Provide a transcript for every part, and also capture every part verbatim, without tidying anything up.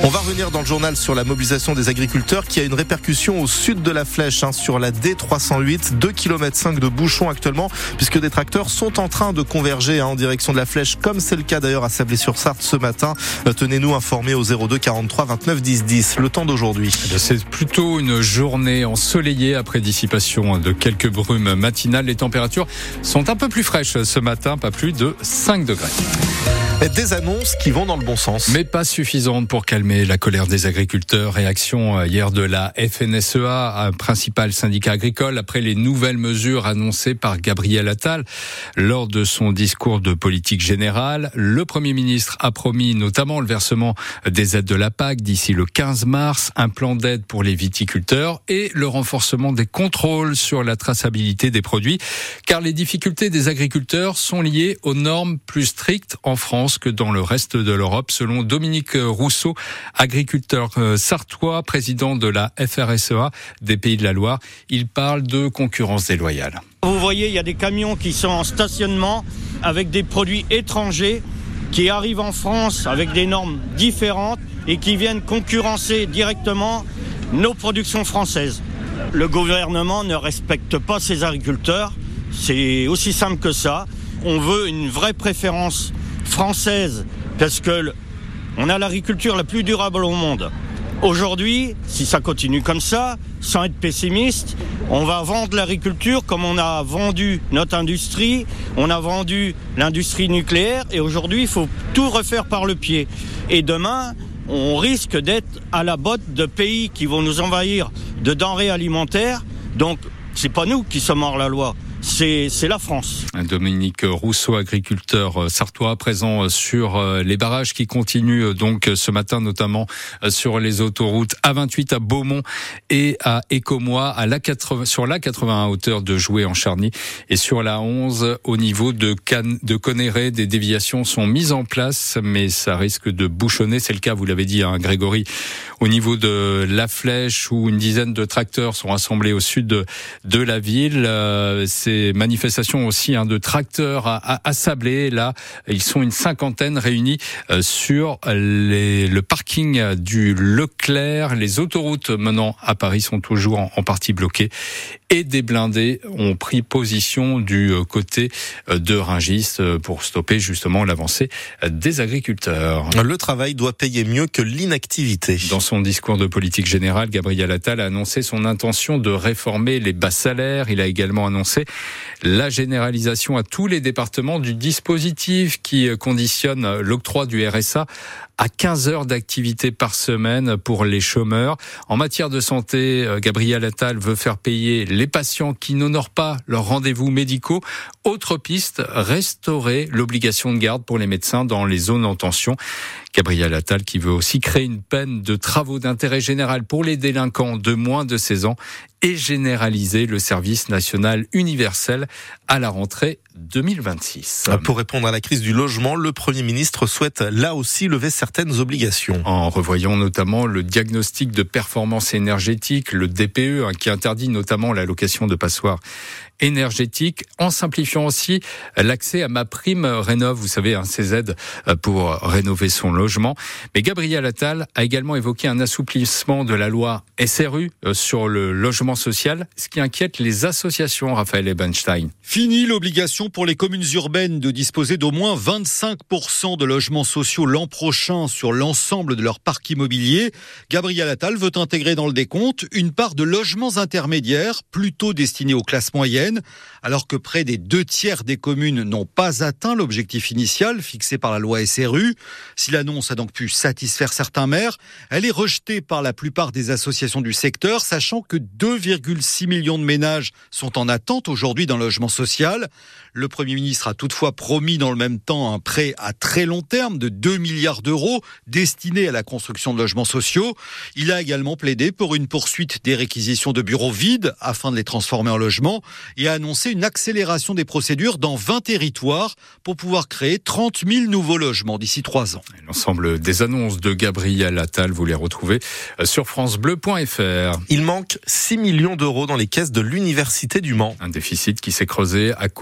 On va revenir dans le journal sur la mobilisation des agriculteurs qui a une répercussion au sud de la Flèche, hein, sur la D trois cent huit, deux virgule cinq kilomètres de bouchons actuellement, puisque des tracteurs sont en train de converger, hein, en direction de la Flèche, comme c'est le cas d'ailleurs à Sablé-sur-Sarthe ce matin. Tenez-nous informés au zéro deux quarante-trois vingt-neuf dix dix. Le temps d'aujourd'hui. C'est plutôt une journée ensoleillée après dissipation de quelques brumes matinales. Les températures sont un peu plus fraîches ce matin, pas plus de cinq degrés. Des annonces qui vont dans le bon sens. Mais pas suffisantes pour calmer la colère des agriculteurs. Réaction hier de la F N S E A, un principal syndicat agricole, après les nouvelles mesures annoncées par Gabriel Attal. Lors de son discours de politique générale, le Premier ministre a promis notamment le versement des aides de la P A C d'ici le quinze mars, un plan d'aide pour les viticulteurs et le renforcement des contrôles sur la traçabilité des produits. Car les difficultés des agriculteurs sont liées aux normes plus strictes en France que dans le reste de l'Europe, selon Dominique Rousseau, agriculteur sartois, président de la F R S E A des Pays de la Loire. Il parle de concurrence déloyale. Vous voyez, il y a des camions qui sont en stationnement avec des produits étrangers qui arrivent en France avec des normes différentes et qui viennent concurrencer directement nos productions françaises. Le gouvernement ne respecte pas ses agriculteurs, c'est aussi simple que ça. On veut une vraie préférence française, parce que on a l'agriculture la plus durable au monde. Aujourd'hui, si ça continue comme ça, sans être pessimiste, on va vendre l'agriculture comme on a vendu notre industrie, on a vendu l'industrie nucléaire, et aujourd'hui, il faut tout refaire par le pied. Et demain, on risque d'être à la botte de pays qui vont nous envahir de denrées alimentaires. Donc, c'est pas nous qui sommes hors la loi. C'est, c'est la France. Dominique Rousseau, agriculteur sartois, présent sur les barrages qui continuent donc ce matin, notamment sur les autoroutes A vingt-huit à Beaumont et à Écomois, à la quatre-vingts, sur la quatre-vingt-un à hauteur de Joué en Charny, et sur la onze au niveau de Cannes, de Conneré. Des déviations sont mises en place, mais ça risque de bouchonner. C'est le cas, vous l'avez dit, hein, Grégory, au niveau de la Flèche, où une dizaine de tracteurs sont rassemblés au sud de, de la ville. Euh, c'est manifestations aussi, hein, de tracteurs à, à, à Sablé. Là, ils sont une cinquantaine réunis euh, sur les, le parking du Leclerc. Les autoroutes menant à Paris sont toujours en, en partie bloquées, et des blindés ont pris position du côté de Rungis pour stopper justement l'avancée des agriculteurs. Le travail doit payer mieux que l'inactivité. Dans son discours de politique générale, Gabriel Attal a annoncé son intention de réformer les bas salaires. Il a également annoncé la généralisation à tous les départements du dispositif qui conditionne l'octroi du R S A à quinze heures d'activité par semaine pour les chômeurs. En matière de santé, Gabriel Attal veut faire payer les patients qui n'honorent pas leurs rendez-vous médicaux. Autre piste, restaurer l'obligation de garde pour les médecins dans les zones en tension. Gabriel Attal qui veut aussi créer une peine de travaux d'intérêt général pour les délinquants de moins de seize ans et généraliser le service national universel à la rentrée deux mille vingt-six. Pour répondre à la crise du logement, le Premier ministre souhaite là aussi lever certaines obligations. En revoyant notamment le diagnostic de performance énergétique, le D P E, hein, qui interdit notamment la location de passoires énergétiques, en simplifiant aussi l'accès à ma prime rénov, vous savez, hein, ces aides pour rénover son logement. Mais Gabriel Attal a également évoqué un assouplissement de la loi S R U sur le logement social, ce qui inquiète les associations, Raphaël Ebenstein. Fini l'obligation pour les communes urbaines de disposer d'au moins vingt-cinq pour cent de logements sociaux l'an prochain sur l'ensemble de leur parc immobilier. Gabriel Attal veut intégrer dans le décompte une part de logements intermédiaires, plutôt destinés aux classes moyennes, alors que près des deux tiers des communes n'ont pas atteint l'objectif initial fixé par la loi S R U. Si l'annonce a donc pu satisfaire certains maires, elle est rejetée par la plupart des associations du secteur, sachant que deux virgule six millions de ménages sont en attente aujourd'hui d'un logement social. Le Premier ministre a toutefois promis dans le même temps un prêt à très long terme de deux milliards d'euros destiné à la construction de logements sociaux. Il a également plaidé pour une poursuite des réquisitions de bureaux vides afin de les transformer en logements et a annoncé une accélération des procédures dans vingt territoires pour pouvoir créer trente mille nouveaux logements d'ici trois ans. L'ensemble des annonces de Gabriel Attal, vous les retrouvez sur francebleu point f r. Il manque six millions d'euros dans les caisses de l'Université du Mans. Un déficit qui s'est creusé à cause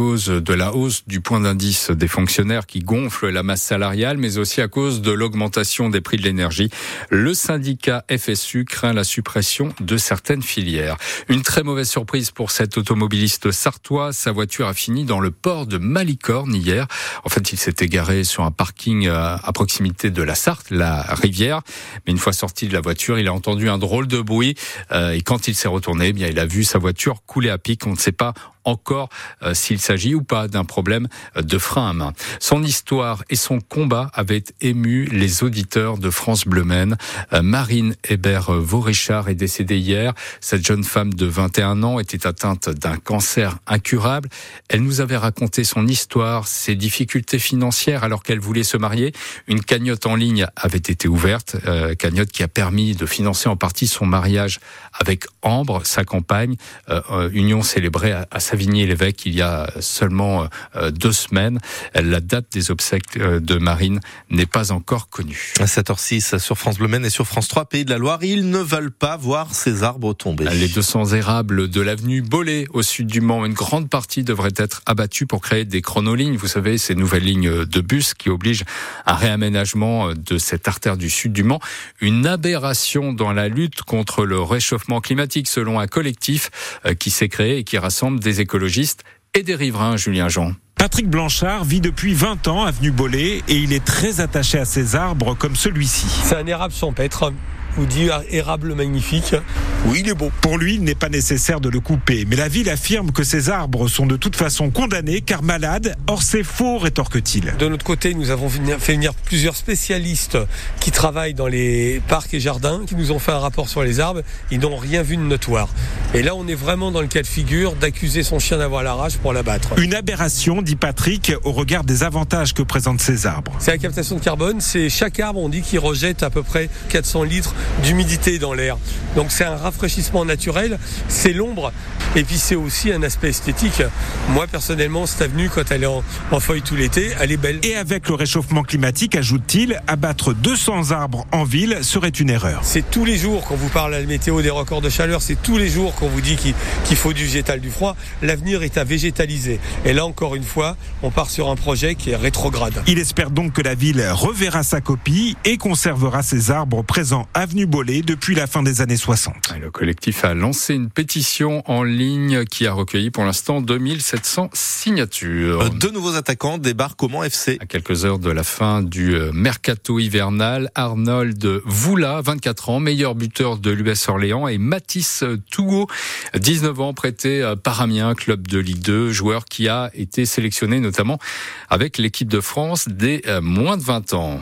de la hausse du point d'indice des fonctionnaires qui gonfle la masse salariale, mais aussi à cause de l'augmentation des prix de l'énergie. Le syndicat F S U craint la suppression de certaines filières. Une très mauvaise surprise pour cet automobiliste sartois. Sa voiture a fini dans le port de Malicorne hier. En fait, il s'était garé sur un parking à proximité de la Sarthe, la rivière. Mais une fois sorti de la voiture, il a entendu un drôle de bruit. Euh, et quand il s'est retourné, eh bien, il a vu sa voiture couler à pic. On ne sait pas encore euh, s'il s'agit ou pas d'un problème de frein à main. Son histoire et son combat avaient ému les auditeurs de France Bleu Maine. Euh, Marine Hébert-Vaurichard est décédée hier. Cette jeune femme de vingt et un ans était atteinte d'un cancer incurable. Elle nous avait raconté son histoire, ses difficultés financières alors qu'elle voulait se marier. Une cagnotte en ligne avait été ouverte, euh, cagnotte qui a permis de financer en partie son mariage avec Ambre, sa compagne, euh, union célébrée à, à Savigny-l'Évêque il y a seulement euh, deux semaines. La date des obsèques euh, de Marine n'est pas encore connue. À sept heures six sur France Bleu Maine et sur France trois, Pays de la Loire, ils ne veulent pas voir ces arbres tomber. Les deux cents érables de l'avenue Bollé au sud du Mans, une grande partie devrait être abattue pour créer des chronolignes. Vous savez, ces nouvelles lignes de bus qui obligent un réaménagement de cette artère du sud du Mans. Une aberration dans la lutte contre le réchauffement climatique selon un collectif qui s'est créé et qui rassemble des écologistes et des riverains, Julien Jean. Patrick Blanchard vit depuis vingt ans avenue Bollé et il est très attaché à ces arbres comme celui-ci. C'est un érable champêtre. Vous dites érable magnifique. Oui, il est beau. Pour lui, il n'est pas nécessaire de le couper. Mais la ville affirme que ces arbres sont de toute façon condamnés car malades. Or, c'est faux, rétorque-t-il. De notre côté, nous avons fait venir plusieurs spécialistes qui travaillent dans les parcs et jardins, qui nous ont fait un rapport sur les arbres. Ils n'ont rien vu de notoire. Et là, on est vraiment dans le cas de figure d'accuser son chien d'avoir la rage pour l'abattre. Une aberration, dit Patrick, au regard des avantages que présentent ces arbres. C'est la captation de carbone. C'est chaque arbre, on dit qu'il rejette à peu près quatre cents litres d'humidité dans l'air. Donc c'est un rafraîchissement naturel, c'est l'ombre et puis c'est aussi un aspect esthétique. Moi personnellement, cette avenue, quand elle est en, en feuilles tout l'été, elle est belle. Et avec le réchauffement climatique, ajoute-t-il, abattre deux cents arbres en ville serait une erreur. C'est tous les jours qu'on vous parle à la météo des records de chaleur, c'est tous les jours qu'on vous dit qu'il, qu'il faut du végétal, du froid. L'avenir est à végétaliser. Et là encore une fois, on part sur un projet qui est rétrograde. Il espère donc que la ville reverra sa copie et conservera ces arbres présents avenue Bollé depuis la fin des années soixante. Le collectif a lancé une pétition en ligne qui a recueilli pour l'instant deux mille sept cents signatures. Deux nouveaux attaquants débarquent au Mans F C. À quelques heures de la fin du mercato hivernal, Arnold Voula, vingt-quatre ans, meilleur buteur de l'U S Orléans, et Mathis Tougo, dix-neuf ans, prêté par Amiens, club de Ligue deux, joueur qui a été sélectionné notamment avec l'équipe de France des moins de vingt ans.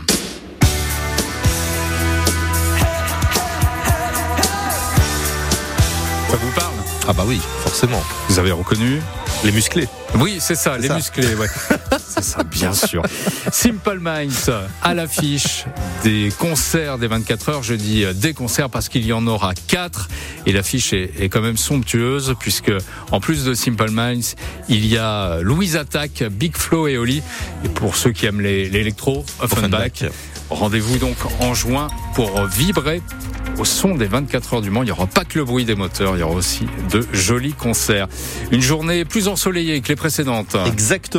Ça vous parle ? Ah bah oui, forcément. Vous avez reconnu ? Les musclés. Oui, c'est ça, c'est les ça. musclés, ouais. C'est ça, bien sûr. Simple Minds à l'affiche des concerts des vingt-quatre heures. Je dis des concerts parce qu'il y en aura quatre. Et l'affiche est, est quand même somptueuse puisque, en plus de Simple Minds, il y a Louise Attaque, Big Flo et Oli. Et pour ceux qui aiment les, l'électro, Offenbach. Rendez-vous donc en juin pour vibrer au son des vingt-quatre heures du Mans. Il n'y aura pas que le bruit des moteurs, il y aura aussi de jolis concerts. Une journée plus ensoleillée que les précédentes. Exactement.